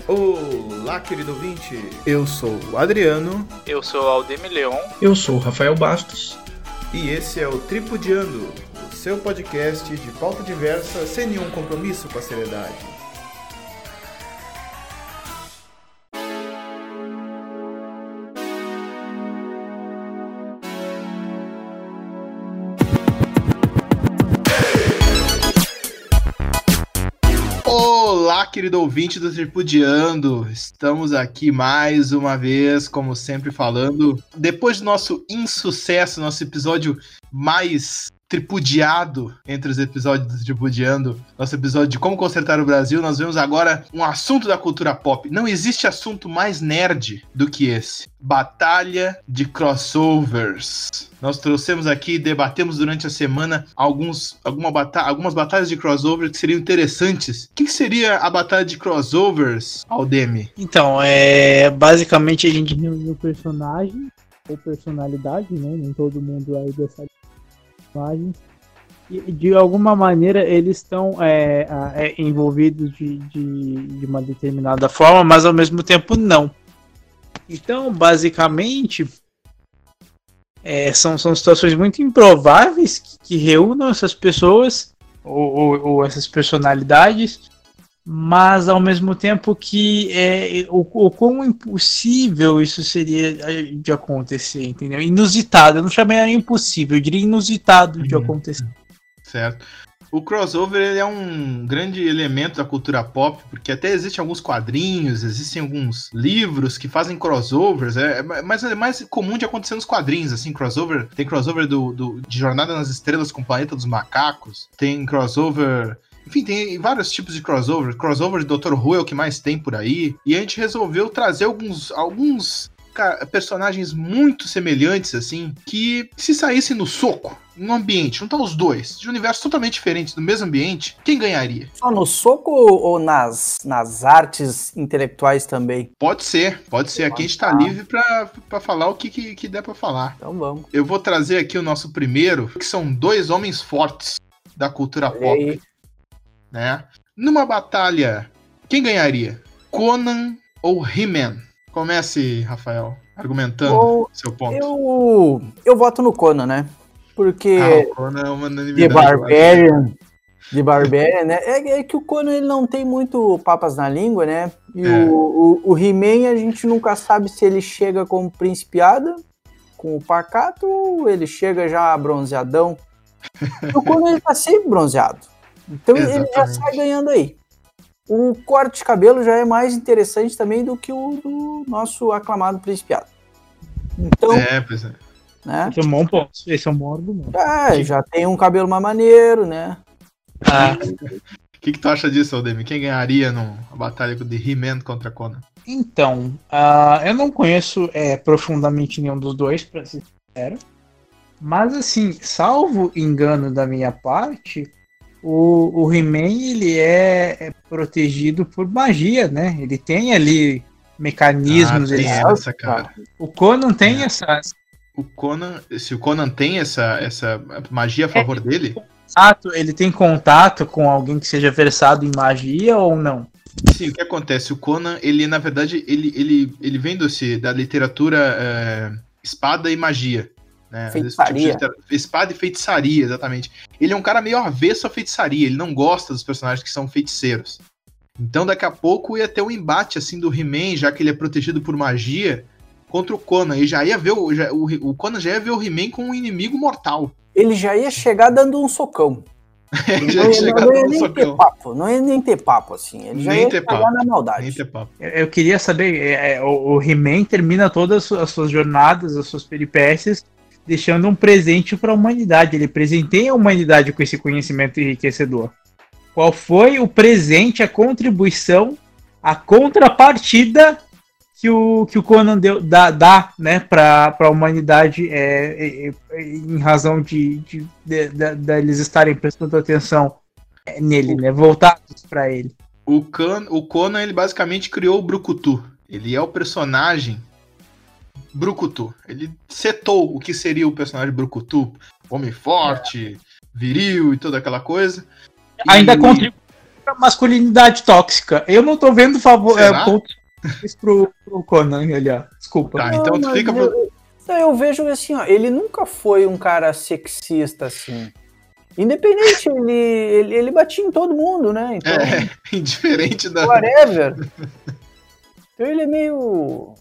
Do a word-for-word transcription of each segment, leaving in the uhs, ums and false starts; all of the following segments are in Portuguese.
Olá, querido ouvinte. Eu sou o Adriano. Eu sou o Aldemir Leon. Eu sou o Rafael Bastos. E esse é o Tripudiando, o seu podcast de pauta diversa sem nenhum compromisso com a seriedade. Olá, querido ouvinte do Tripudiando, estamos aqui mais uma vez, como sempre falando, depois do nosso insucesso, nosso episódio mais tripudiado entre os episódios do Tripudiando, nosso episódio de como consertar o Brasil, nós vemos agora um assunto da cultura pop. Não existe assunto mais nerd do que esse. Batalha de crossovers. Nós trouxemos aqui e debatemos durante a semana alguns, alguma bata- algumas batalhas de crossover que seriam interessantes. O que, que seria a batalha de crossovers, Aldemir? Então, é basicamente a gente reuniu personagem ou personalidade, né? Nem todo mundo aí dessa personagem. E de alguma maneira eles estão é, é, envolvidos de, de, de uma determinada forma, mas ao mesmo tempo não. Então, basicamente, é, são, são situações muito improváveis que, que reúnam essas pessoas ou, ou, ou essas personalidades, mas ao mesmo tempo que é, o, o quão impossível isso seria de acontecer, entendeu? Inusitado, eu não chamaria impossível, eu diria inusitado de Uhum. acontecer. Certo. O crossover ele é um grande elemento da cultura pop, porque até existem alguns quadrinhos, existem alguns livros que fazem crossovers, é, mas é mais comum de acontecer nos quadrinhos, assim, crossover, tem crossover do, do, de Jornada nas Estrelas com o Planeta dos Macacos, tem crossover... Enfim, tem vários tipos de crossover. Crossover de doutor Who é o que mais tem por aí. E a gente resolveu trazer alguns, alguns ca- personagens muito semelhantes, assim, que se saíssem no soco, no ambiente, juntar os dois, de universos totalmente diferentes, no mesmo ambiente, quem ganharia? Só no soco ou nas, nas artes intelectuais também? Pode ser, pode ser. Aqui a gente tá livre pra, pra falar o que, que, que der pra falar. Então vamos. Eu vou trazer aqui o nosso primeiro, que são dois homens fortes da cultura pop. aí. Né? Numa batalha, quem ganharia? Conan ou He-Man? Comece, Rafael, argumentando Bom, seu ponto. Eu, eu voto no Conan, né? Porque Ah, o Conan é uma The unanimidade. Barbarian, The Barbarian, né? É, é que o Conan ele não tem muito papas na língua, né? E É. o, o, o He-Man a gente nunca sabe se ele chega como principiada, com o pacato, ou ele chega já bronzeadão. O Conan ele tá sempre bronzeado. Então ele já Exatamente. sai ganhando aí. O corte de cabelo já é mais interessante também do que o do nosso aclamado principiado. Então, É, pois é. né? Esse é um bom ponto, esse é um bom argumento. É, já tem um cabelo mais maneiro, né? Ah, O que, que tu acha disso, Aldemir? Quem ganharia numa batalha de He-Man contra Conan? então, ah, eu não conheço é, profundamente nenhum dos dois, pra ser sincero. Mas assim, salvo engano da minha parte, o, o He-Man ele é, é protegido por magia, né? Ele tem ali mecanismos. Ah, tem ele- essa, cara. O Conan tem É. essa, O Conan, se o Conan tem essa, essa magia a favor dele, contato, ele tem contato com alguém que seja versado em magia ou não? sim, o que acontece? O Conan, ele, na verdade, ele, ele, ele vem desse, da literatura é, espada e magia. Né? Feitiçaria. Esse tipo de litera- espada e feitiçaria, exatamente. Ele é um cara meio avesso à feitiçaria, ele não gosta dos personagens que são feiticeiros. Então, daqui a pouco ia ter um embate, assim, do He-Man, já que ele é protegido por magia, contra o Conan. E já ia ver o, já, o, o Conan já ia ver o He-Man como um inimigo mortal. Ele já ia chegar dando um socão. Ele já não ia ia, chegar não ia dando um nem socão. ter papo, não ia nem ter papo, assim. Ele já Nem ia ter chegar papo. na maldade. Nem ter papo. Eu, eu queria saber, é, é, o, o He-Man termina todas as su- as suas jornadas, as suas peripécias, deixando um presente para a humanidade. Ele presenteia a humanidade com esse conhecimento enriquecedor. Qual foi o presente, a contribuição, a contrapartida que o, que o Conan deu, dá, dá né, para a humanidade é, é, é, em razão de, de, de, de, de eles estarem prestando atenção é, nele, né, voltados para ele. O, Can, o Conan, ele basicamente criou o Brucutu. Ele é o personagem Brucutu. Ele setou o que seria o personagem Brucutu. Homem forte, viril e toda aquela coisa. Ainda E- contribui masculinidade tóxica. Eu não tô vendo favor, é, Será? pontos pro, pro Conan, aliás. Desculpa. Tá, então tu mas fica eu, pro... eu, eu vejo assim, ó, ele nunca foi um cara sexista assim. Independente, ele, ele, ele batia em todo mundo, né? Então, É, indiferente da... whatever. Então ele é meio...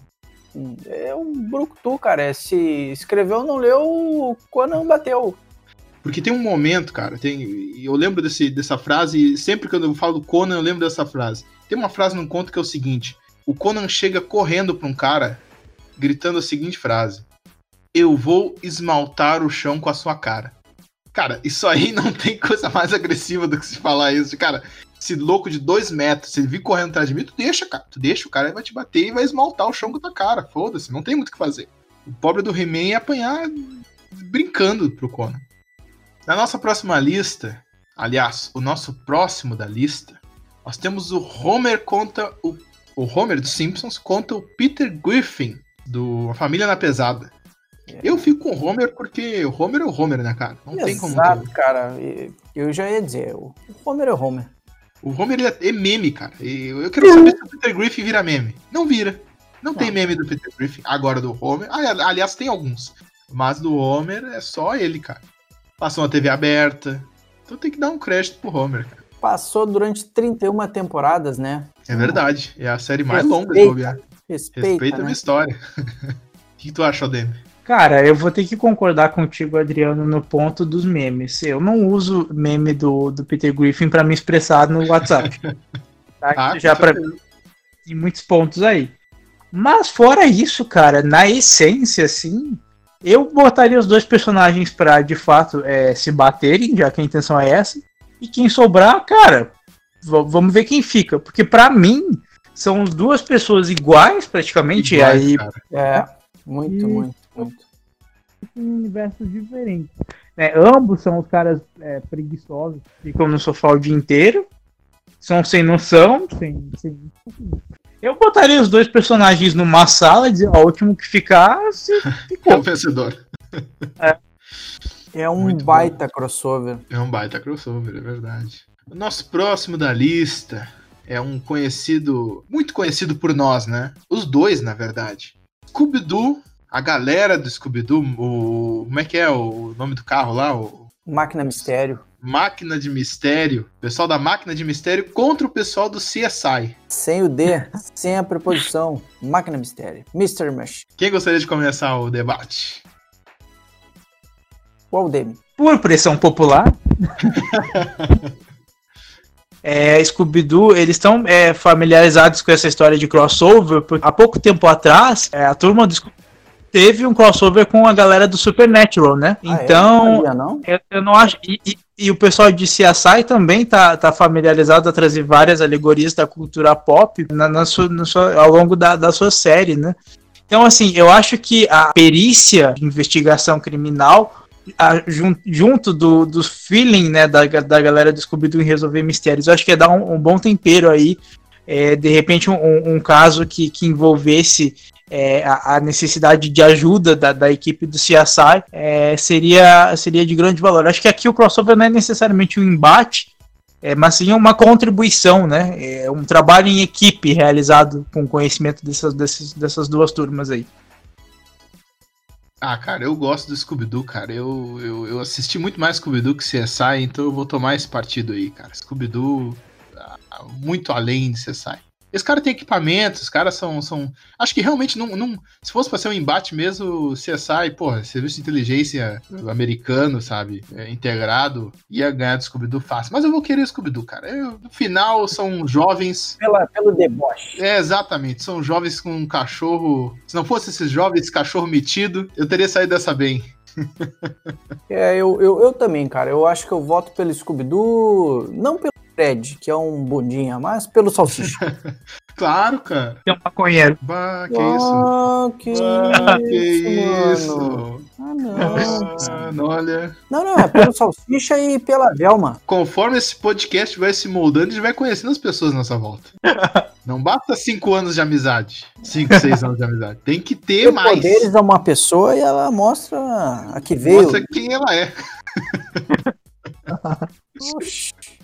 É um brucutu, cara. É, se escreveu, não leu, o Conan bateu. Porque tem um momento, cara, tem, e eu lembro desse, dessa frase, e sempre que eu falo do Conan, eu lembro dessa frase. Tem uma frase num conto que é o seguinte: o Conan chega correndo pra um cara, gritando a seguinte frase: eu vou esmaltar o chão com a sua cara. Cara, isso aí não tem coisa mais agressiva do que se falar isso. Cara, esse louco de dois metros, se ele vir correndo atrás de mim, tu deixa, cara. Tu deixa, o cara vai te bater e vai esmaltar o chão com a tua cara. Foda-se, não tem muito o que fazer. O pobre do He-Man ia apanhar brincando pro Conan. Na nossa próxima lista, aliás, o nosso próximo da lista, nós temos o Homer contra o, o Homer dos Simpsons contra o Peter Griffin, do A Família na Pesada. Eu fico com o Homer porque o Homer é o Homer, né, cara? Não Exato, tem como... Exato, cara. Eu já ia dizer, o Homer é o Homer. O Homer ele é meme, cara. Eu quero saber se o Peter Griffin vira meme. Não vira. Não, não tem meme do Peter Griffin. Agora do Homer... Aliás, tem alguns. Mas do Homer é só ele, cara. Passou na T V aberta. Então tem que dar um crédito pro Homer, cara. Passou durante trinta e uma temporadas, né? É verdade. É a série mais Respeita, longa de bobear. Respeita, Respeita né? a minha história. O que tu acha, Odemir? Cara, eu vou ter que concordar contigo, Adriano, no ponto dos memes. Eu não uso meme do, do Peter Griffin pra me expressar no WhatsApp. Tá? Ah, Já pra... Tem muitos pontos aí. Mas fora isso, cara, na essência, assim, eu botaria os dois personagens pra, de fato, é, se baterem, já que a intenção é essa. E quem sobrar, cara, v- vamos ver quem fica. Porque pra mim, são duas pessoas iguais, praticamente. Iguais, aí cara. É, muito, E- muito, muito. em universos diferentes. É, ambos são os caras é, preguiçosos, ficam no sofá o dia inteiro, são sem noção, sem, sem... Eu botaria os dois personagens numa sala e dizer, ó, o último que ficar, se É o ficou. vencedor. É um Muito baita crossover. É um baita crossover, é verdade. O nosso próximo da lista é um conhecido, muito conhecido por nós, né? Os dois, na verdade. Scooby-Doo, a galera do Scooby-Doo, o... como é que é o nome do carro lá? O Máquina Mistério. Máquina de Mistério. O pessoal da Máquina de Mistério contra o pessoal do C S I. Sem o D, sem a preposição. Máquina Mistério. mister Mush. Quem gostaria de começar o debate? Qual o Demi? Por pressão popular, é, Scooby-Doo, eles estão é, familiarizados com essa história de crossover, porque há pouco tempo atrás, é, a turma do Scooby teve um crossover com a galera do Supernatural, né? Ah, Então, é? Não sabia, não? Eu, eu não acho. E, e, e o pessoal de C S I também tá, tá familiarizado a trazer várias alegorias da cultura pop na, na sua, na sua, ao longo da, da sua série, né? Então, assim, eu acho que a perícia de investigação criminal, a, jun, junto do, do feeling, né, da, da galera do Scooby-Doo em resolver mistérios, eu acho que ia dar um, um bom tempero aí. É, de repente, um, um caso que, que envolvesse. É, a, a necessidade de ajuda da, da equipe do C S I é, seria, seria de grande valor. Acho que aqui o crossover não é necessariamente um embate, é, mas sim uma contribuição, né? É um trabalho em equipe realizado com conhecimento dessas, dessas, dessas duas turmas aí. Ah, cara, eu gosto do Scooby-Doo, cara. Eu, eu, eu assisti muito mais Scooby-Doo que C S I, então eu vou tomar esse partido aí, cara. Scooby-Doo, ah, muito além de C S I. Esse cara tem equipamento, os caras são, são... Acho que realmente, não, não, se fosse pra ser um embate mesmo, C S I, porra, Serviço de Inteligência americano, sabe, é, integrado, ia ganhar do Scooby-Doo fácil. Mas eu vou querer o Scooby-Doo, cara. Eu, no final, são jovens... Pela, pelo deboche. É, exatamente, são jovens com um cachorro... Se não fosse esses jovens, cachorro metido, eu teria saído dessa bem. É, eu, eu, eu também, cara. Eu acho que eu voto pelo Scooby-Doo, não pelo Fred, que é um bundinha, mas pelo Salsicha. Claro, cara. Tem um maconheiro. Bah, que isso? Ah, que Ah, que isso, isso? mano. Ah, não. Mano, olha... Não, não, é pelo Salsicha e pela Velma. Conforme esse podcast vai se moldando, a gente vai conhecendo as pessoas à nossa volta. Não basta cinco anos de amizade. Cinco, seis anos de amizade. Tem que ter Tem mais. poderes a uma pessoa e ela mostra a que veio. Mostra quem ela é. Oxi.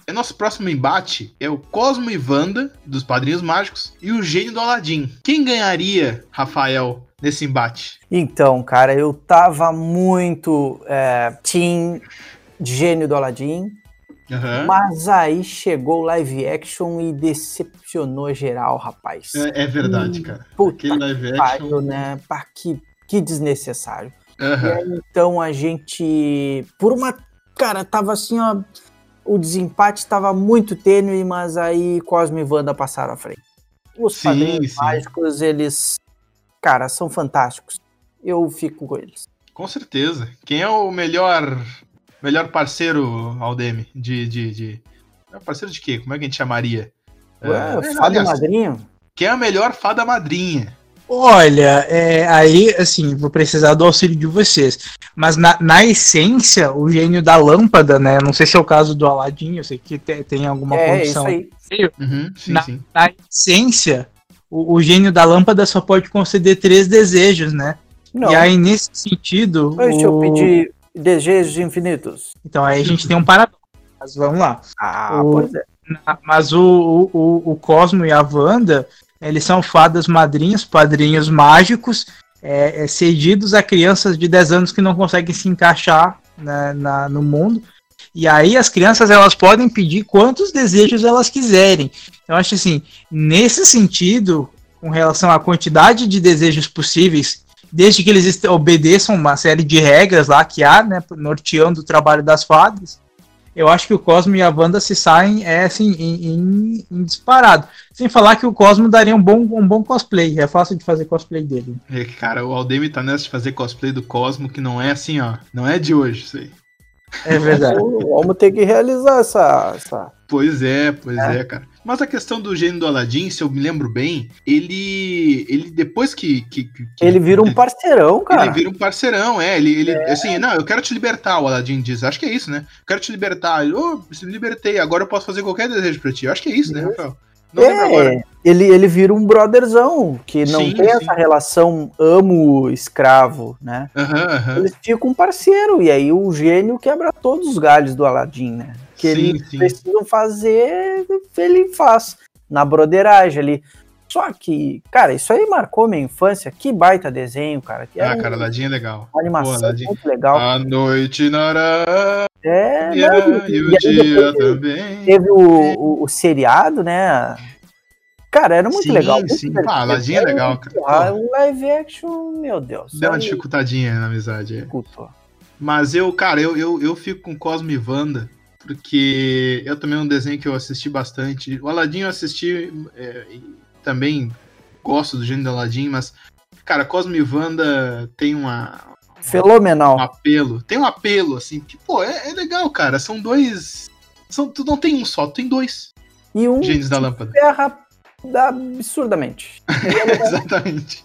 E nosso próximo embate é o Cosmo e Wanda, dos Padrinhos Mágicos, e o Gênio do Aladdin. Quem ganharia, Rafael, nesse embate? Então, cara, eu tava muito é, team Gênio do Aladdin, Uhum. mas aí chegou o live action e decepcionou geral, rapaz. É, é verdade, cara. Puta Aquele live que action... pariu, né? Pá, que, que desnecessário. Uhum. E aí, então a gente, por uma, cara, tava assim, ó, o desempate tava muito tênue, mas aí Cosmo e Wanda passaram à frente. Os Sim, Padrinhos sim. Mágicos, eles, cara, são fantásticos. Eu fico com eles. Com certeza. Quem é o melhor melhor parceiro, Aldemi? De, de, de... Parceiro de quê? Como é que a gente chamaria? Ué, É, Fada aliás, Madrinho? Quem é a melhor fada madrinha? Olha, é, aí, assim, vou precisar do auxílio de vocês. Mas na, na essência, o gênio da lâmpada, né? Não sei se é o caso do Aladdin, eu sei que te, tem alguma É, condição. isso aí. Uhum, sim, na, sim. na essência, o, o gênio da lâmpada só pode conceder três desejos, né? Não, E aí, nesse sentido. deixa eu o... pedir desejos infinitos. Então, aí a gente tem um paradoxo. Mas vamos lá. Ah, O- pois é. Na- Mas o, o, o- o Cosmo e a Wanda, eles são fadas madrinhas, padrinhos mágicos, é, é, cedidos a crianças de dez anos que não conseguem se encaixar na, na- no mundo. E aí as crianças elas podem pedir quantos desejos elas quiserem. Eu acho assim, nesse sentido, com relação à quantidade de desejos possíveis, desde que eles est- obedeçam uma série de regras lá que há, né, norteando o trabalho das fadas, eu acho que o Cosmo e a Wanda se saem é, assim, em, em- em disparado. Sem falar que o Cosmo daria um bom, um bom cosplay. É fácil de fazer cosplay dele. É, cara, o Aldemi tá nessa de fazer cosplay do Cosmo, que não é assim, ó. Não é de hoje, isso aí. É verdade. Vamos ter que realizar essa... essa... Pois é, pois é. É. cara. Mas a questão do gênio do Aladdin, se eu me lembro bem, ele. Ele depois que. que, que Ele vira um parceirão, cara. Ele vira um parceirão, é. Ele, ele assim, não, eu quero te libertar, o Aladdin diz. Acho que é isso, né? Quero te libertar. Ele, oh, me libertei, agora eu posso fazer qualquer desejo pra ti. Eu acho que é isso, né, Rafael? Não lembro agora. É, ele, ele vira um brotherzão, que não Sim, tem sim. essa relação amo-escravo, né? Aham, aham. Eles ficam um parceiro, e aí o gênio quebra todos os galhos do Aladdin, né? Que Sim, eles sim. precisam fazer, ele faz, na broderagem ali. Só que, cara, isso aí marcou minha infância, que baita desenho, cara. Que Ah, era cara, Aladdin é legal. uma animação Pô, Aladdin. muito legal. A noite nará é, e, não, e o e aí dia depois também. teve o, o, o seriado, né? Cara, era muito Sim, legal. Muito sim. divertido. Ah, Aladdin é legal, cara. Ah, Pô. o live action, meu Deus. Deu uma aí dificultadinha na amizade, é. dificultou. Mas eu, cara, eu, eu, eu fico com Cosmo e Wanda, porque eu também é um desenho que eu assisti bastante. O Aladdin eu assisti é, e também gosto do gênero do Aladdin, mas, cara, Cosmo e Wanda tem uma, Fenomenal. um apelo. Tem um apelo, assim, que, pô, é, é legal, cara. São dois. São, tu não tem um só, tu tem dois E um gênios da lâmpada. ferra absurdamente. Exatamente.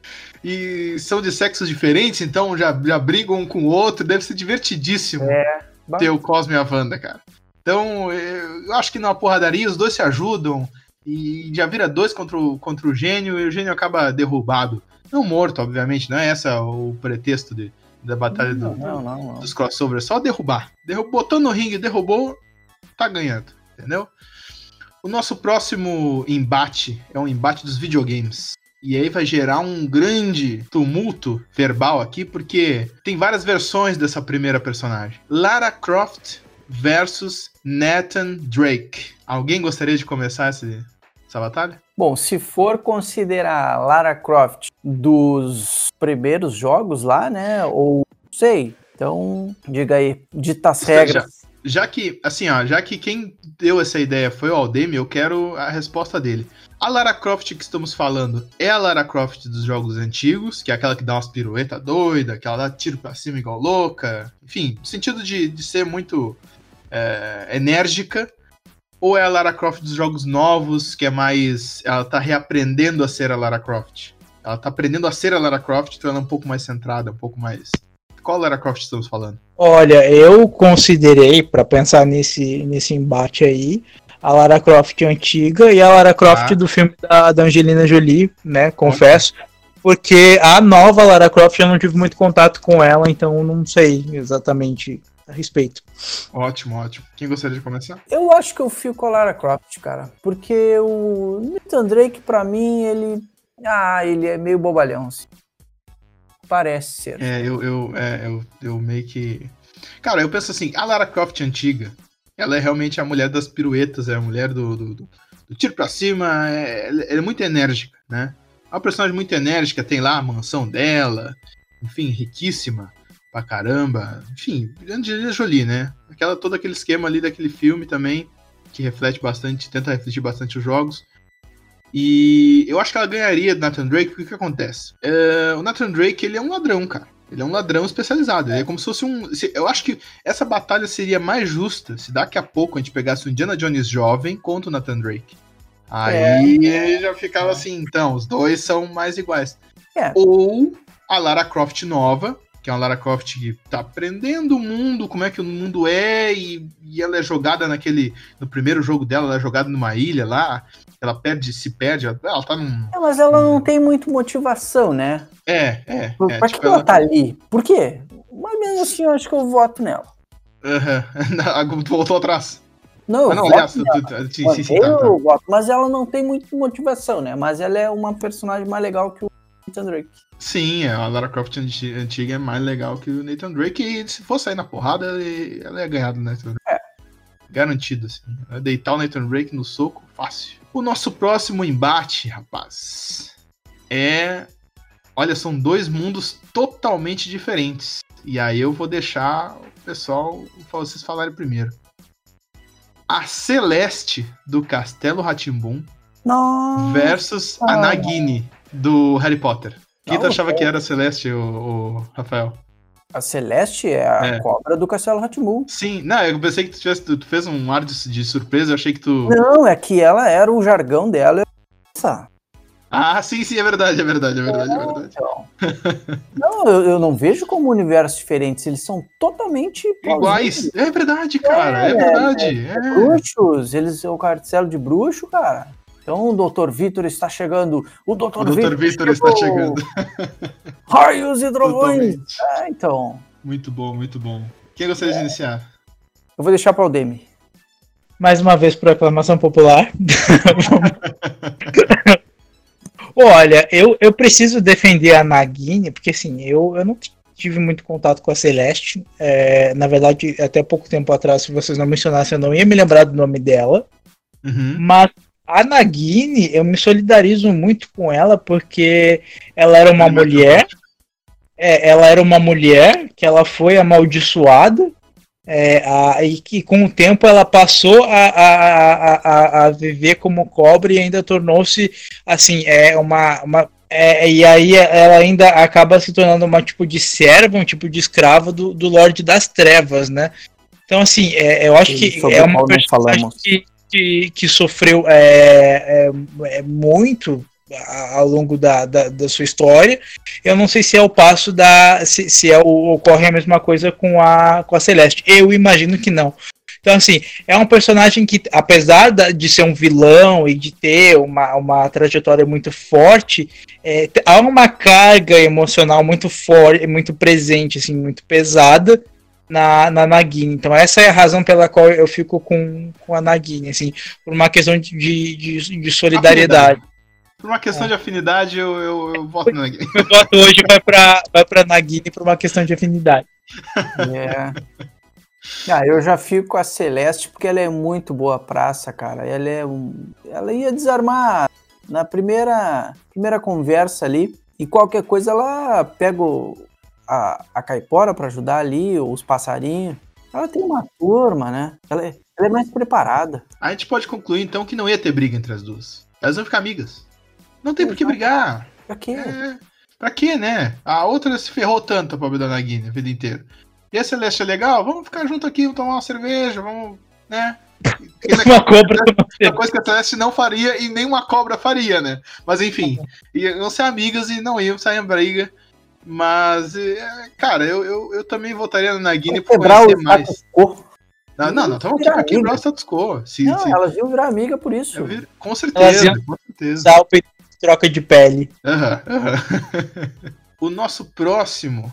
E são de sexos diferentes, então já, já brigam um com o outro. Deve ser divertidíssimo ter o Cosmo e a Wanda, cara. Então, eu acho que numa porradaria os dois se ajudam e já vira dois contra o, contra o gênio e o gênio acaba derrubado. Não morto, obviamente, não é esse o pretexto de, da batalha Não, do- não, não, não. dos crossovers, é só derrubar. Derrub, botou no ringue, derrubou, tá ganhando, entendeu? O nosso próximo embate é um embate dos videogames. E aí vai gerar um grande tumulto verbal aqui, porque tem várias versões dessa primeira personagem. Lara Croft versus Nathan Drake. Alguém gostaria de começar esse, essa batalha? Bom, se for considerar Lara Croft dos primeiros jogos lá, né? Ou sei, então diga aí, dita as Isso, regras. Já que, assim, ó, já que quem deu essa ideia foi o Aldemi, eu quero a resposta dele. A Lara Croft que estamos falando é a Lara Croft dos jogos antigos, que é aquela que dá umas piruetas doidas, que ela dá tiro pra cima igual louca, enfim, no sentido de, de ser muito é, enérgica, ou é a Lara Croft dos jogos novos, que é mais... ela tá reaprendendo a ser a Lara Croft. Ela tá aprendendo a ser a Lara Croft, então ela é um pouco mais centrada, um pouco mais... Qual Lara Croft estamos falando? Olha, eu considerei, para pensar nesse, nesse embate aí, a Lara Croft antiga e a Lara Croft Ah. do filme da, da Angelina Jolie, né, confesso, porque a nova Lara Croft eu não tive muito contato com ela, então eu não sei exatamente a respeito. Ótimo, ótimo. Quem gostaria de começar? Eu acho que eu fico com a Lara Croft, cara. Porque o Nathan Drake, pra mim, ele... Ah, ele é meio bobalhão, assim. Parece ser. É, eu, eu, é, eu, eu meio que... Cara, eu penso assim, a Lara Croft antiga, ela é realmente a mulher das piruetas, é a mulher do, do, do, do tiro pra cima, é, ela é muito enérgica, né? É uma personagem muito enérgica, tem lá a mansão dela, enfim, riquíssima pra caramba. Enfim, Angelina Jolie, né? Aquela, todo aquele esquema ali daquele filme também, que reflete bastante, tenta refletir bastante os jogos. E eu acho que ela ganharia do Nathan Drake, porque o que acontece? É, o Nathan Drake, ele é um ladrão, cara. Ele é um ladrão especializado. Ele é como se fosse um... Se, eu acho que essa batalha seria mais justa se daqui a pouco a gente pegasse o Indiana Jones jovem contra o Nathan Drake. Aí é. já ficava assim, então, os dois são mais iguais. É. Ou a Lara Croft nova, que é uma Lara Croft que tá aprendendo o mundo, como é que o mundo é, e, e ela é jogada naquele... No primeiro jogo dela, ela é jogada numa ilha lá, ela perde, se perde, ela, ela tá num... É, mas ela não tem muito motivação, né? É, é. Por, é pra tipo, que ela, ela tá ali? Por quê? Mas mesmo assim, eu acho que eu voto nela. Aham, uhum. Voltou atrás. Não, ah, não, voto aliás, tu, tu, tu, sim, sim, sim, tá, tá. Eu voto, mas ela não tem muita motivação, né? Mas ela é uma personagem mais legal que o Nathan Drake. Sim, a Lara Croft antiga é mais legal que o Nathan Drake, e se fosse sair na porrada, ela ia ganhar do Nathan Drake. É. Garantido, assim. Ela deitar o Nathan Drake no soco, fácil. O nosso próximo embate, rapaz, é... Olha, são dois mundos totalmente diferentes. E aí eu vou deixar o pessoal, vocês falarem primeiro. A Celeste, do Castelo Rá-Tim-Bum, versus a Nagini, do Harry Potter. Quem tu achava que era a Celeste, o, o Rafael? A Celeste é a é. cobra do Castelo Rá-Tim-Bum. Sim, não, eu pensei que tu, tivesse, tu fez um ar de, de surpresa, eu achei que tu... Não, é que ela era o jargão dela. Ah, sim, sim, é verdade, é verdade, é verdade, é, é verdade. Então. Não, eu, eu não vejo como universos diferentes, eles são totalmente iguais. É verdade, cara, é, é verdade. É, é. É. Bruxos, eles são o castelo de bruxo, cara. Então o doutor Vitor está chegando. O doutor Vitor está chegando. Raios e trovões. É, então. Muito bom, muito bom. Quem gostaria é. de iniciar? Eu vou deixar para o Demi. Mais uma vez por aclamação popular. Olha, eu, eu preciso defender a Nagini, porque assim, eu, eu não tive muito contato com a Celeste. É, na verdade, até pouco tempo atrás, se vocês não mencionassem, eu não ia me lembrar do nome dela. Uhum. Mas a Nagini, eu me solidarizo muito com ela, porque ela era uma mulher. É, ela era uma mulher que ela foi amaldiçoada. É, a, e que com o tempo ela passou a, a, a, a viver como cobra e ainda tornou-se assim, é uma, uma é, e aí ela ainda acaba se tornando uma tipo de serva, um tipo de escrava do, do Lorde das Trevas, né? Então assim, é, eu acho que é uma personagem que, que, que sofreu é, é, é muito ao longo da, da, da sua história. Eu não sei se é o passo da se, se é o, ocorre a mesma coisa com a, com a Celeste. Eu imagino que não. Então assim, é um personagem que, apesar da, de ser um vilão e de ter uma, uma trajetória muito forte, é, há uma carga emocional muito forte, muito presente, assim, muito pesada na, na Nagini. Então essa é a razão pela qual eu fico com, com a Nagini, assim, por uma questão de, de, de solidariedade. Por uma questão é. de afinidade, eu, eu, eu voto na Nagini. Meu voto hoje vai pra, vai pra Nagini por uma questão de afinidade. É. Ah, eu já fico com a Celeste porque ela é muito boa praça, cara. Ela é um... ela ia desarmar na primeira, primeira conversa ali, e qualquer coisa ela pega o, a, a caipora pra ajudar ali, os passarinhos. Ela tem uma turma, né? Ela é, ela é mais preparada. A gente pode concluir então que não ia ter briga entre as duas. Elas vão ficar amigas. Não tem por que brigar. Pra quê? É, pra quê, né? A outra se ferrou tanto, a pobre da Nagini, a vida inteira. E a Celeste é legal? Vamos ficar junto aqui, vamos tomar uma cerveja, vamos, né? Uma cobra. Uma coisa que a Celeste não faria e nem uma cobra faria, né? Mas enfim, iam ser amigas e não iam sair em briga. Mas, cara, eu, eu, eu também votaria na Nagini por conhecer mais. Não, não, não, estamos aqui pra quebrar o status quo. Se, não, se... elas iam virar amiga por isso. Vi... Com certeza, iam... com certeza. Dar o troca de pele. Uhum, uhum. O nosso próximo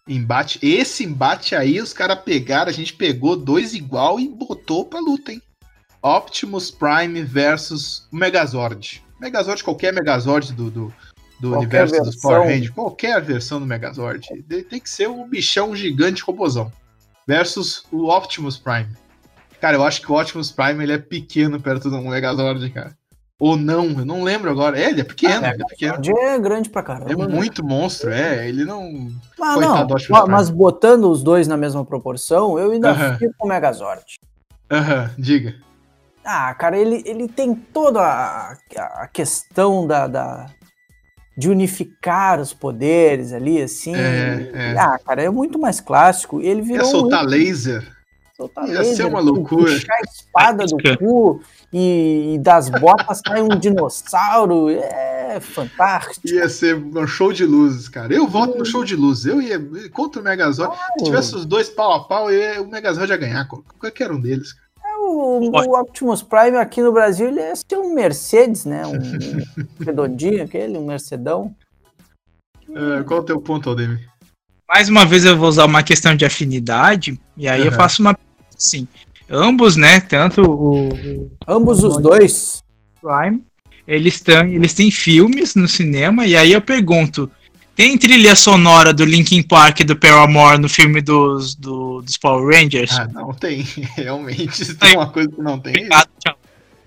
Embate, esse embate aí, os caras pegaram, a gente pegou dois igual e botou pra luta, hein? Optimus Prime versus o Megazord. Megazord, qualquer Megazord do, do, do universo versão. dos Power Rangers, qualquer versão do Megazord. Tem que ser um bichão gigante robozão. Versus o Optimus Prime. Cara, eu acho que o Optimus Prime ele é pequeno perto do Megazord, cara. Ou não, eu não lembro agora. É, ele é pequeno, ah, ele é pequeno. É grande pra caramba. É muito né? monstro, é. Ele não... Ah, Coitado não, do mas botando os dois na mesma proporção, eu ainda uh-huh. fico com o Megazord. Aham, uh-huh. diga. Ah, cara, ele, ele tem toda a, a questão da, da, de unificar os poderes ali, assim. É, é. Ah, cara, é muito mais clássico. Ele virou é soltar um... laser. Soltar Ia laser, ser uma loucura. Puxar a espada do cu e, e das botas sai um dinossauro. É fantástico. Ia ser um show de luzes, cara. Eu voto hum. no show de luzes. Eu ia contra o Megazord. Claro. Se tivesse os dois pau a pau, ia, o Megazord ia ganhar. Qualquer um deles, cara. O, o Optimus Prime aqui no Brasil, ele é um Mercedes, né? Um, um redondinho aquele, um Mercedão. Uh, qual é o teu ponto, Aldemir? Mais uma vez eu vou usar uma questão de afinidade, e aí uhum. eu faço uma assim, ambos, né, tanto o... Ambos o, os dois. Prime, eles, tão, eles têm filmes no cinema, e aí eu pergunto, tem trilha sonora do Linkin Park e do Paramore no filme dos, do, dos Power Rangers? Ah, não tem. Realmente, se tem uma coisa que não tem. Obrigado, tchau.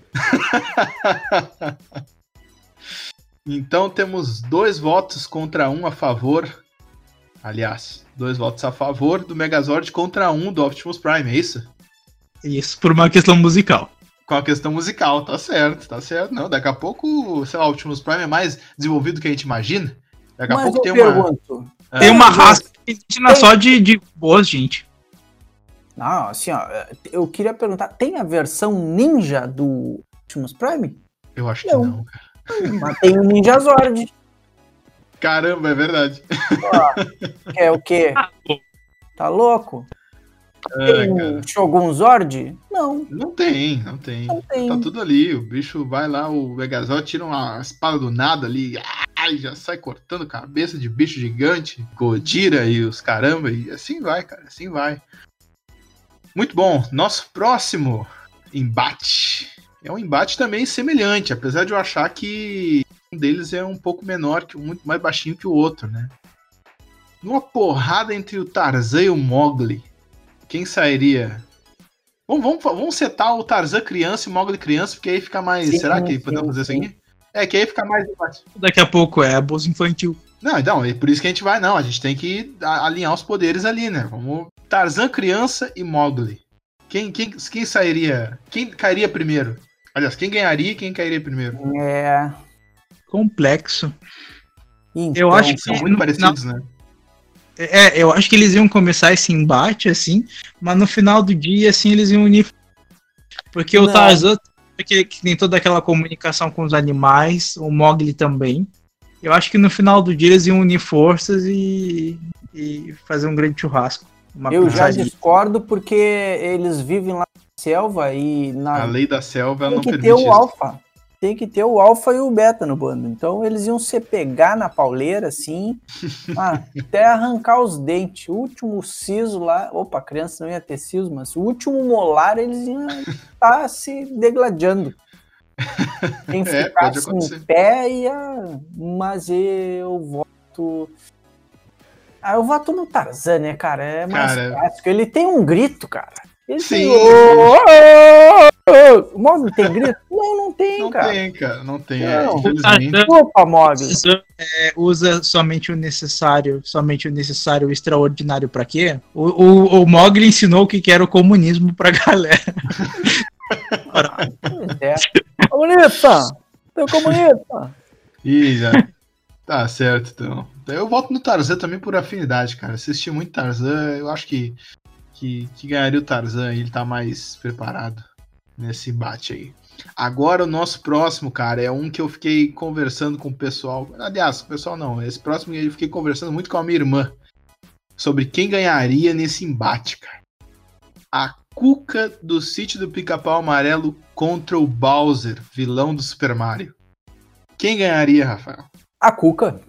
Então temos dois votos contra um a favor. Aliás, dois votos a favor do Megazord contra um do Optimus Prime, é isso? Isso, por uma questão musical. Com a questão musical, tá certo, tá certo. Não, daqui a pouco, sei lá, o Optimus Prime é mais desenvolvido do que a gente imagina. Daqui a Mas pouco eu tem pergunto, uma... Tem uma raça que ensina só de, de boas, gente. Não, assim, ó, eu queria perguntar, tem a versão ninja do Optimus Prime? Eu acho que não, não cara. Mas tem o Ninja Zord. Caramba, é verdade. Ó, é o quê? Tá louco? Tem é, Shogun Zord? Não. Não tem, não tem. Não tem. Tá tudo ali. O bicho vai lá, o Megazord tira uma espada do nada ali, ai, já sai cortando cabeça de bicho gigante, Godira e os caramba, e assim vai, cara, assim vai. Muito bom. Nosso próximo embate é um embate também semelhante, apesar de eu achar que um deles é um pouco menor, que muito mais baixinho que o outro, né? Numa porrada entre o Tarzan e o Mowgli, quem sairia? Vamos, vamos, vamos setar o Tarzan criança e o Mowgli criança, porque aí fica mais... Sim, será que sim, podemos fazer sim. isso aqui? É, que aí fica mais... Daqui a pouco é abuso infantil. Não, então, é por isso que a gente vai, não. A gente tem que alinhar os poderes ali, né? Vamos... Tarzan criança e Mowgli. Quem, quem, quem sairia... Quem cairia primeiro? Aliás, quem ganharia e quem cairia primeiro? É... Complexo. Então, eu acho que são muito parecidos, não... né? É, eu acho que eles iam começar esse embate, assim, mas no final do dia, assim, eles iam unir. Porque não. o Tarzan, que, que tem toda aquela comunicação com os animais, o Mowgli também. Eu acho que no final do dia eles iam unir forças e, e fazer um grande churrasco. Eu já discordo porque eles vivem lá na selva e... Na... A lei da selva tem não que permite ter o isso. alfa. Tem que ter o alfa e o beta no bando. Então eles iam se pegar na pauleira, assim, ah, até arrancar os dentes. O último siso lá... Opa, a criança não ia ter siso, mas o último molar eles iam estar se degladiando. Quem É, ficasse em pé ia... Mas eu voto... Ah, eu voto no Tarzan, né, cara? É mais cara... clássico. Ele tem um grito, cara. Ele Sim. Tem... Oh, oh, oh. O Mowgli tem grito? Não, não tem, não cara. Não tem, cara. Não tem. Não. É, infelizmente. Opa, Mowgli. É, usa somente o necessário, somente o necessário, o extraordinário pra quê? O, o, o Mowgli ensinou o que era o comunismo pra galera. Ah, é. Comunista! Teu comunista! Ih, já. Tá certo, então. Eu voto no Tarzan também por afinidade, cara. Assisti muito Tarzan, eu acho que, que, que ganharia o Tarzan, ele tá mais preparado nesse embate aí. Agora o nosso próximo, cara, é um que eu fiquei conversando com o pessoal. Aliás, o pessoal não, esse próximo eu fiquei conversando muito com a minha irmã sobre quem ganharia nesse embate, cara. A Cuca do Sítio do Pica-Pau Amarelo contra o Bowser, vilão do Super Mario. Quem ganharia, Rafael? A Cuca.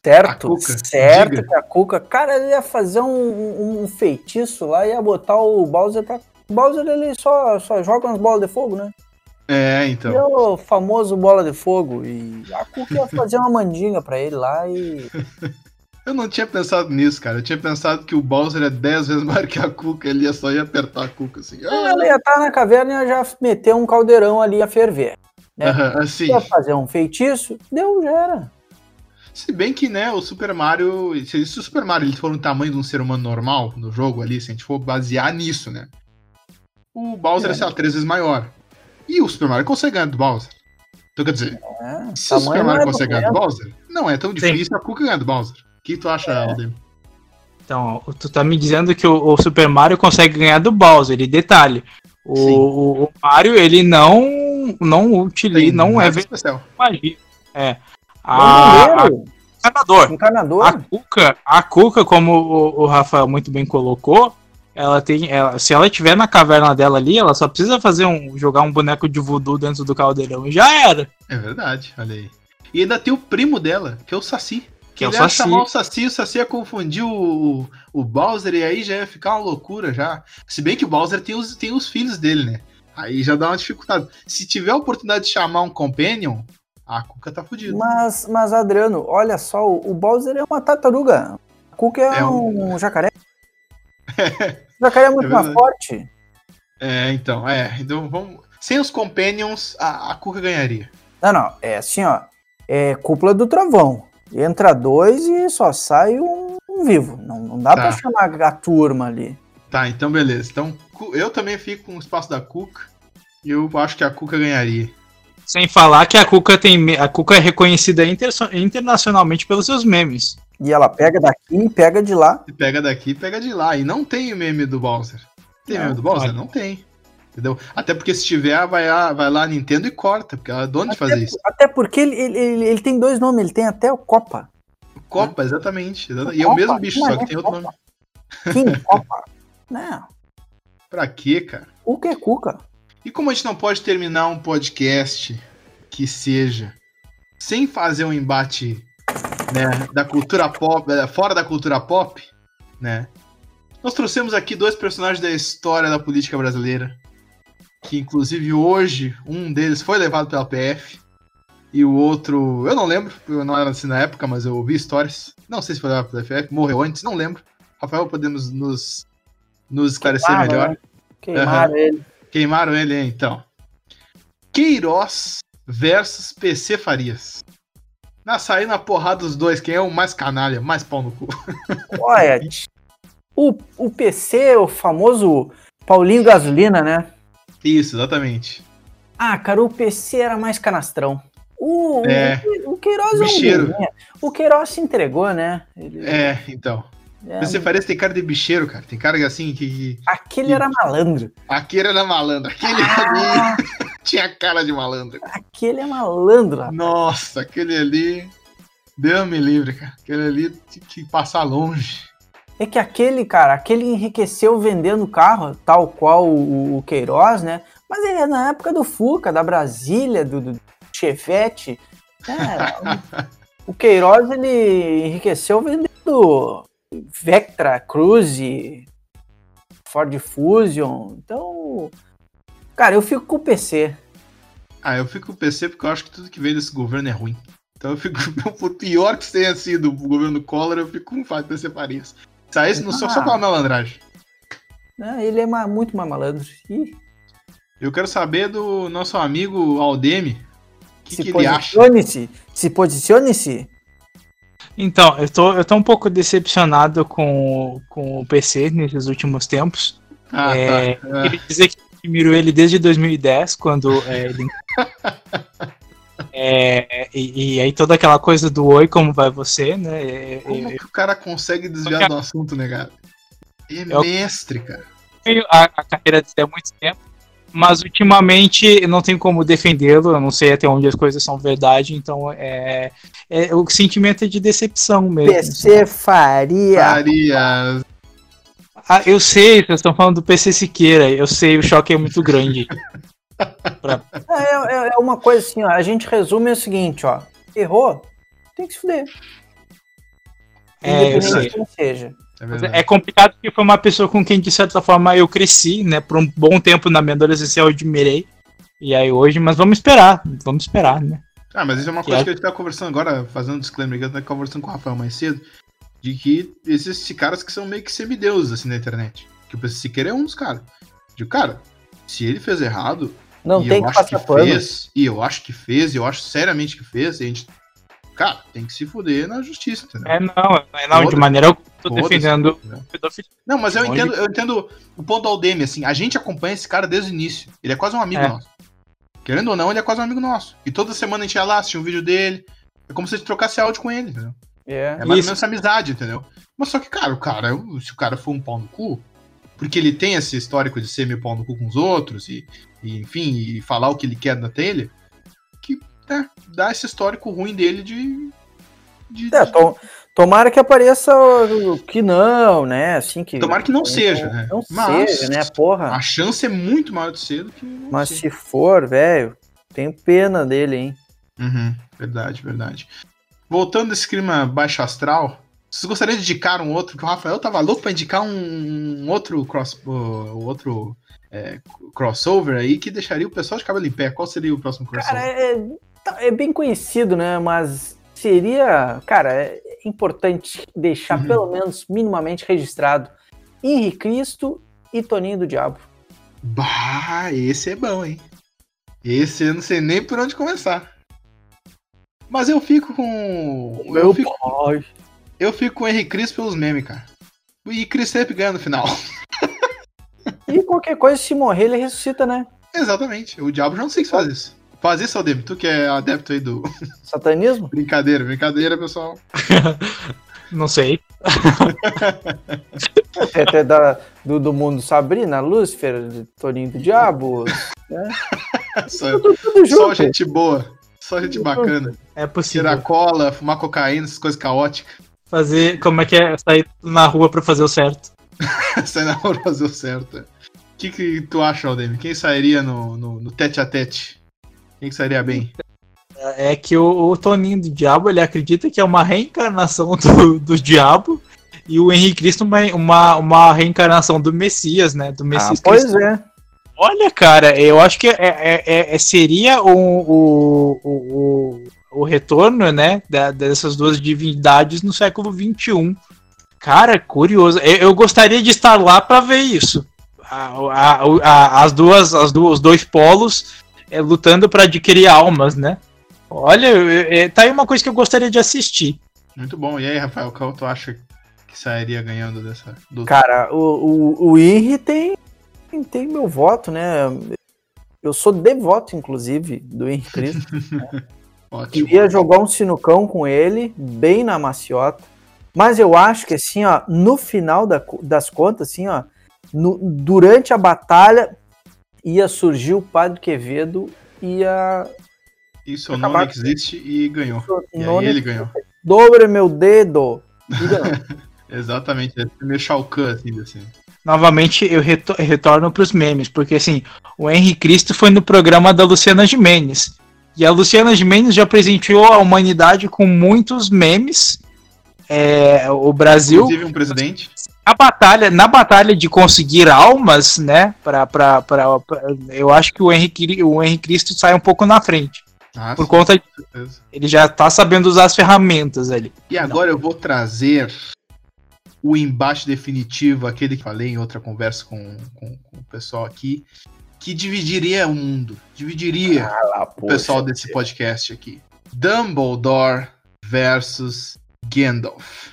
Certo, A Cuca, certo diga. que a Cuca, cara, ele ia fazer um, um- um feitiço lá, ia botar o Bowser pra... O Bowser, ele só, só joga umas bolas de fogo, né? É, Ele é então. o famoso bola de fogo, e a Cuca ia fazer uma mandinga pra ele lá e... Eu não tinha pensado nisso, cara. Eu tinha pensado que o Bowser é dez vezes maior que a Cuca, ele ia só ia apertar a Cuca assim. Ah, Ela ia estar na caverna e ia já meter um caldeirão ali a ferver. né? aham, assim. Ia fazer um feitiço, deu, já era. Se bem que, né, o Super Mario. Se, se o Super Mario ele for no tamanho de um ser humano normal no jogo ali, se a gente for basear nisso, né? O Bowser é, É. sei lá, três vezes maior. E o Super Mario consegue ganhar do Bowser. Então, quer dizer, É, se o Super tamanho Mario não é consegue ganhar do documento. Bowser, não é tão difícil a Cuca ganhar do Bowser. O que tu acha, Aldemir? Então, ó, tu tá me dizendo que o, o Super Mario consegue ganhar do Bowser, e detalhe, o, Sim. o, o Mario, ele não, não utiliza, Tem não é nada especial. magia. É. É um A, a, bombeiro, encanador. encanador. A Cuca, a Cuca, como o, o Rafael muito bem colocou, ela tem, ela, se ela estiver na caverna dela ali, ela só precisa fazer um, jogar um boneco de voodoo dentro do caldeirão e já era. É verdade, olha aí. E ainda tem o primo dela, que é o Saci. Que é o ele ia Saci. chamar o Saci, o Saci ia confundir o, o Bowser e aí já ia ficar uma loucura já. Se bem que o Bowser tem os, tem os filhos dele, né? Aí já dá uma dificuldade. Se tiver a oportunidade de chamar um Companion, a Cuca tá fodida. Mas, mas, Adriano, olha só, o o Bowser é uma tartaruga. A Cuca é, É um, jacaré. O jacaré é muito É mais verdade. forte. É, então, é. Então vamos. Sem os Companions, a, a Cuca ganharia. Não, não, é assim, ó. É cúpula do trovão. Entra dois e só sai um, um vivo. Não, não dá Tá. pra chamar a turma ali. Tá, então beleza. Então Cu- eu também fico com o espaço da Cuca. E eu acho que a Cuca ganharia. Sem falar que a Cuca tem, me- a Cuca é reconhecida inter- internacionalmente pelos seus memes. E ela pega daqui e pega de lá. E pega daqui, pega de lá. E não tem o meme do Bowser. Tem Não, meme do Bowser? olha. Não tem. Entendeu? Até porque se tiver, vai lá, vai lá a Nintendo e corta, porque ela é dona de fazer Até, isso. até porque ele, ele, ele, ele tem dois nomes, ele tem até o Copa. Copa, exatamente. exata- E é o Copa? mesmo bicho, só Mas que é tem outro Copa. nome. King Copa. Não, Pra quê, cara? o que é Cuca? E como a gente não pode terminar um podcast que seja sem fazer um embate, né, da cultura pop, eh, fora da cultura pop, né? Nós trouxemos aqui dois personagens da história da política brasileira, que inclusive hoje um deles foi levado pela P F e o outro, eu não lembro, eu não era assim na época, mas eu ouvi histórias. Não sei se foi levado pela P F, morreu antes, não lembro. Rafael, podemos nos, nos esclarecer Queimaram, melhor? né? Queimaram ele. Queimaram ele, hein, então. Queiroz versus P C Farias. Na sair na porrada dos dois, quem é o mais canalha, mais pau no cu? Olha, o, o P C, o famoso Paulinho Gasolina, né? Isso, exatamente. Ah, cara, o P C era mais canastrão. O, É. o, o Queiroz é um Bicheiro. guerrinha. O Queiroz se entregou, né? Ele- É, então. é, P C Farias tem cara de bicheiro, cara. Tem cara assim que. que- Aquele era malandro. Aquele era malandro. Aquele Ah, ali tinha cara de malandro. aquele é malandro, rapaz. Nossa, aquele ali. Deus me livre, cara. Aquele ali tinha que passar longe. É que aquele, cara, aquele enriqueceu vendendo carro, tal qual o, o Queiroz, né? Mas ele é na época do Fuca, da Brasília, do, do Chevette. É, o Queiroz, ele enriqueceu vendendo Vectra, Cruze, Ford Fusion. Então, cara, eu fico com o P C. Ah, eu fico com o P C porque eu acho que tudo que veio desse governo é ruim. Então eu fico, por pior que tenha sido o governo Collor, eu fico com o P C Farias. Saísse no só, só pela malandragem. Né? Ele é ma- muito mais malandro. Ih, Eu quero saber do nosso amigo Aldemir. O que, se que ele acha? posicione-se. Se posicione-se. Então, eu tô, eu tô um pouco decepcionado com, o- com o P C nesses últimos tempos. Ah, É, tá. Eu Ah, queria dizer que eu admiro ele desde dois mil e dez, quando é, ele. É, e, e aí toda aquela coisa do oi, como vai você, né? É, como Eu, que o cara consegue desviar do assunto, né, cara? É Eu- mestre, cara. tenho a, a carreira dele há muito tempo, mas ultimamente eu não tenho como defendê-lo, eu não sei até onde as coisas são verdade, então é, é o sentimento é de decepção mesmo. P C Faria. Farias. Ah, eu sei, vocês estão falando do P C Siqueira, eu sei, o choque é muito grande. É, é- é uma coisa assim, ó. A gente resume o seguinte, ó. Errou, tem que se fuder. É, eu independente sei. de quem seja. É Mas verdade. É complicado porque foi uma pessoa com quem, de certa forma, eu cresci, né? Por um bom tempo na minha adolescência eu admirei. E aí hoje, mas vamos esperar, vamos esperar, né? Ah, mas isso é uma Que coisa é- que a gente tá conversando agora, fazendo um disclaimer, que eu tava conversando com o Rafael mais cedo, de que existem caras que são meio que semideuses, assim, na internet. Que o P C Siqueira é um dos caras. De cara, se ele fez errado, Não e tem eu que acho que passar pano. fez, e eu acho que fez, e eu acho seriamente que fez, e a gente, cara, tem que se fuder na justiça, entendeu? É, não, é, não, de Foda-se. maneira eu tô Foda-se, defendendo entendeu? pedofilia. Não, mas eu Longe- entendo, eu entendo o ponto do Aldemir, assim, a gente acompanha esse cara desde o início. Ele é quase um amigo É. nosso. Querendo ou não, ele é quase um amigo nosso. E toda semana a gente ia lá, assistia um vídeo dele. É como se a gente trocasse áudio com ele, entendeu? É. É mais ou Isso. menos essa amizade, entendeu? Mas só que, cara, o cara, se o cara for um pau no cu, porque ele tem esse histórico de ser meio pau no cu com os outros, e, e, enfim, e falar o que ele quer na telha, que, né, dá esse histórico ruim dele de... de- É, tom- tomara que apareça o que não, né? Assim que. Tomara que não seja, né? Não Mas seja, né? Porra. A chance é muito maior de ser do que não Mas ser. se for, velho, tenho pena dele, hein? Uhum, verdade, verdade. Voltando desse clima baixo astral, vocês gostariam de indicar um outro? Que o Rafael tava louco pra indicar um, um outro, cross, uh, outro é, crossover aí que deixaria o pessoal de cabelo em pé. Qual seria o próximo crossover? Cara, é, tá- é bem conhecido, né? Mas seria, cara, é importante deixar Uhum. pelo menos minimamente registrado Henri Cristo e Toninho do Diabo. Bah, esse é bom, hein? Esse eu não sei nem por onde começar. Mas eu fico com. Eu fico, pai. eu fico com o Henri Cristo pelos memes, cara. O Henri Cristo sempre ganha no final. E qualquer coisa, se morrer, ele ressuscita, né? Exatamente. O diabo já não sei se faz isso. Faz isso, Aldemir. Tu que é adepto aí do. Satanismo? Brincadeira, brincadeira, pessoal. Não sei. Tem até da, do, do mundo Sabrina, Lúcifer, Toninho do Diabo. Só, Tudo, tudo só junto. gente boa. Só gente bacana. É possível. Tirar cola, fumar cocaína, essas coisas caóticas. Fazer. Como é que é? Sair na rua pra fazer o certo. Sair na hora fazer o certo. O que, que tu acha, Aldemir? Quem sairia no, no, no tete a tete? Quem que sairia bem? É que o, o Toninho do Diabo, ele acredita que é uma reencarnação do, do Diabo. E o Henrique Cristo uma, uma, uma reencarnação do Messias, né? Do Ah, Messias pois cristão. é. Olha, cara, eu acho que é, é, é- seria o, o, o, o, o retorno, né, da- dessas duas divindades no século vinte e um. Cara, curioso. Eu, eu gostaria de estar lá para ver isso. A- a- a- as duas, as duas, os dois polos é, lutando para adquirir almas, né? Olha, é, tá aí uma coisa que eu gostaria de assistir. Muito bom. E aí, Rafael, qual tu acha que sairia ganhando dessa luta? Cara, o, o, o Henri tem, tem meu voto, né? Eu sou devoto, inclusive, do Henri Cristo. Ótimo. Queria jogar um sinucão com ele, bem na maciota. Mas eu acho que, assim, ó, no final da- das contas, assim, ó, no- durante a batalha, ia surgir o Padre Quevedo, ia... Isso, o acabar- nome existe e ganhou. E aí Nome- ele ganhou. Dobre meu dedo. E ganhou. Exatamente. É meio Shao Kahn, assim, assim. Novamente, eu reto- retorno para os memes, porque assim, o Henrique Cristo foi no programa da Luciana Gimenez. E a Luciana Gimenez já presenteou a humanidade com muitos memes. É, o Brasil, Inclusive um presidente. a batalha, na batalha de conseguir almas, né? Pra, pra, pra, pra- eu acho que o Henrique, o Henrique Cristo sai um pouco na frente. Ah, Por sim, conta de com certeza. ele já tá sabendo usar as ferramentas ali. E agora eu vou trazer o embate definitivo, aquele que falei em outra conversa com, com, com o pessoal aqui, que dividiria o mundo, dividiria Ah, o pessoal desse podcast aqui. Dumbledore versus Gandalf.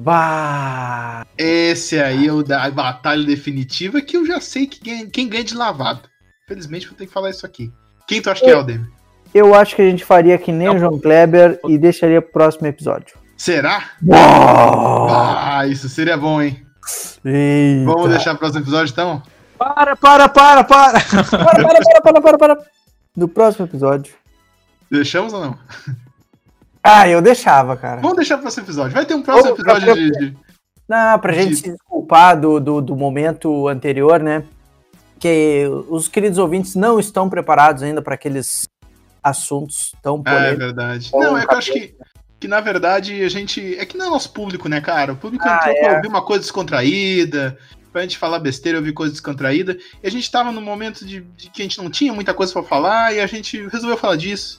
Bah! Esse aí é o da batalha definitiva que eu já sei que ganha- quem ganha de lavado. Felizmente vou ter que falar isso aqui. Quem tu acha que é, Aldemir? Eu acho que a gente faria que nem o João Kleber e deixaria pro próximo episódio. Será? Uau! Ah, isso seria bom, hein? Eita. Vamos deixar o próximo episódio, então? Para, para, para, para! Para, para, para, para, para, para. Do próximo episódio. Deixamos ou não? Ah, eu deixava, cara. Vamos deixar pro próximo episódio. Vai ter um próximo Ô, episódio pra- de... de- Não, pra gente De- se desculpar do, do, do momento anterior, né? Que os queridos ouvintes não estão preparados ainda para aqueles assuntos tão Ah, é polêmicos. verdade. Ou Não, é que eu cabelo. acho que, que na verdade a gente... É que não é nosso público, né, cara? O público Ah, entrou é. pra ouvir uma coisa descontraída, pra gente falar besteira, ouvir coisa descontraída, e a gente tava num momento de, de que a gente não tinha muita coisa pra falar, e a gente resolveu falar disso.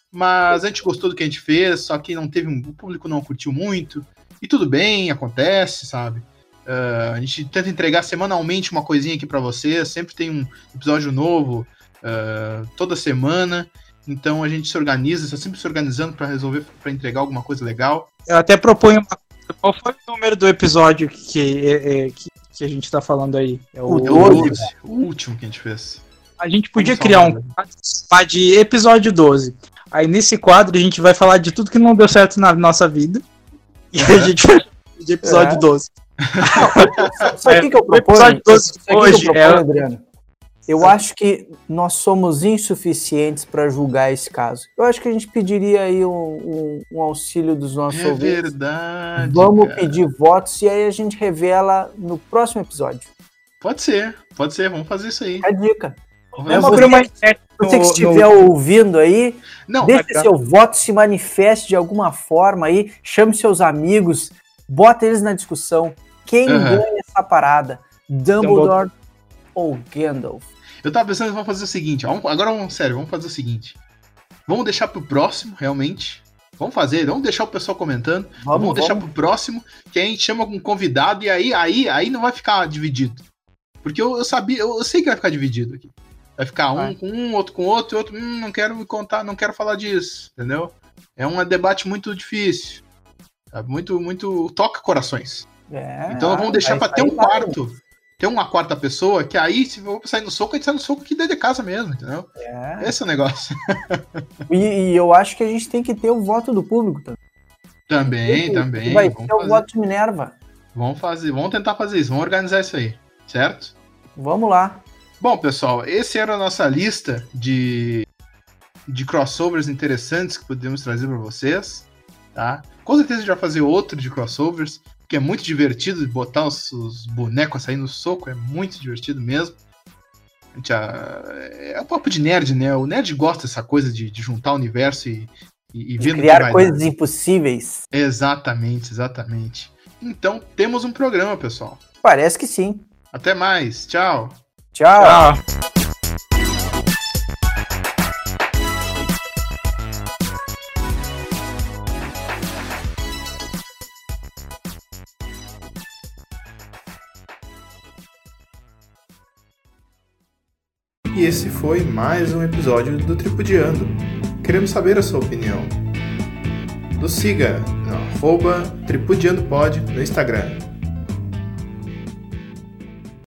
Mas a gente gostou do que a gente fez, só que não teve um, o público não curtiu muito, e tudo bem, acontece, sabe? Uh, a gente tenta entregar semanalmente uma coisinha aqui pra vocês, sempre tem um episódio novo uh, toda semana, então a gente se organiza, está sempre se organizando pra resolver, pra entregar alguma coisa legal. Eu até proponho uma coisa. Qual foi o número do episódio que, é, é, que, que a gente tá falando aí? É O É doze. o doze, o último que a gente fez. A gente podia Vamos criar falar, um né? quadro de episódio doze. Aí nesse quadro a gente vai falar de tudo que não deu certo na nossa vida. E a gente vai falar de episódio É. doze. Sabe o que, que eu O proponho? episódio doze Sabe o que que eu hoje proponho, é- Adriano? Eu acho que nós somos insuficientes para julgar esse caso. Eu acho que a gente pediria aí um, um- um auxílio dos nossos É ouvintes. verdade. Vamos cara. pedir votos e aí a gente revela no próximo episódio. Pode ser, pode ser, vamos fazer isso aí. É a dica. Vamos É fazer uma isso. coisa- uma enquete Você que no- estiver no- ouvindo aí, Não, deixe legal. seu voto, se manifeste de alguma forma aí, chame seus amigos, bota eles na discussão. Quem Aham. ganha essa parada? Dumbledore ou Gandalf? eu tava pensando, vamos fazer o seguinte, ó, vamos- agora vamos, sério, vamos fazer o seguinte. Vamos deixar pro próximo, realmente. Vamos fazer, vamos deixar o pessoal comentando. Vamos, Vamos, deixar vamos. pro próximo, que a gente chama um convidado e aí, aí, aí não vai ficar dividido. Porque eu, eu sabia, eu, eu sei que vai ficar dividido aqui. Vai ficar um Vai. com um, outro com outro, e outro, hum, não quero me contar, não quero falar disso, entendeu? É um debate muito difícil. Sabe? Muito, muito. Toca corações. É, Então vamos deixar vai pra ter um sair lá. quarto. Ter uma quarta pessoa, que aí, se for sair no soco, a gente sai no soco aqui dentro de casa mesmo, entendeu? É. Esse é o negócio. E, e eu acho que a gente tem que ter o voto do público também. Também, também. Vai Vamos ter o fazer. voto de Minerva. Vamos fazer, vamos tentar fazer isso, vamos organizar isso aí, certo? Vamos lá. Bom, pessoal, esse era a nossa lista de, de crossovers interessantes que podemos trazer para vocês, tá? Com certeza a gente vai fazer outro de crossovers, que é muito divertido botar os, os bonecos a sair no soco, é muito divertido mesmo. A gente, ah, é um papo de nerd, né? O nerd gosta dessa coisa de, de juntar o universo e, e, e De ver no que criar vai coisas dar. impossíveis. Exatamente, exatamente. Então, temos um programa, pessoal. Parece que sim. Até mais, tchau! Tchau. Ah, E esse foi mais um episódio do Tripudiando. Queremos saber a sua opinião. Nos siga no arroba tripudiandopod no Instagram.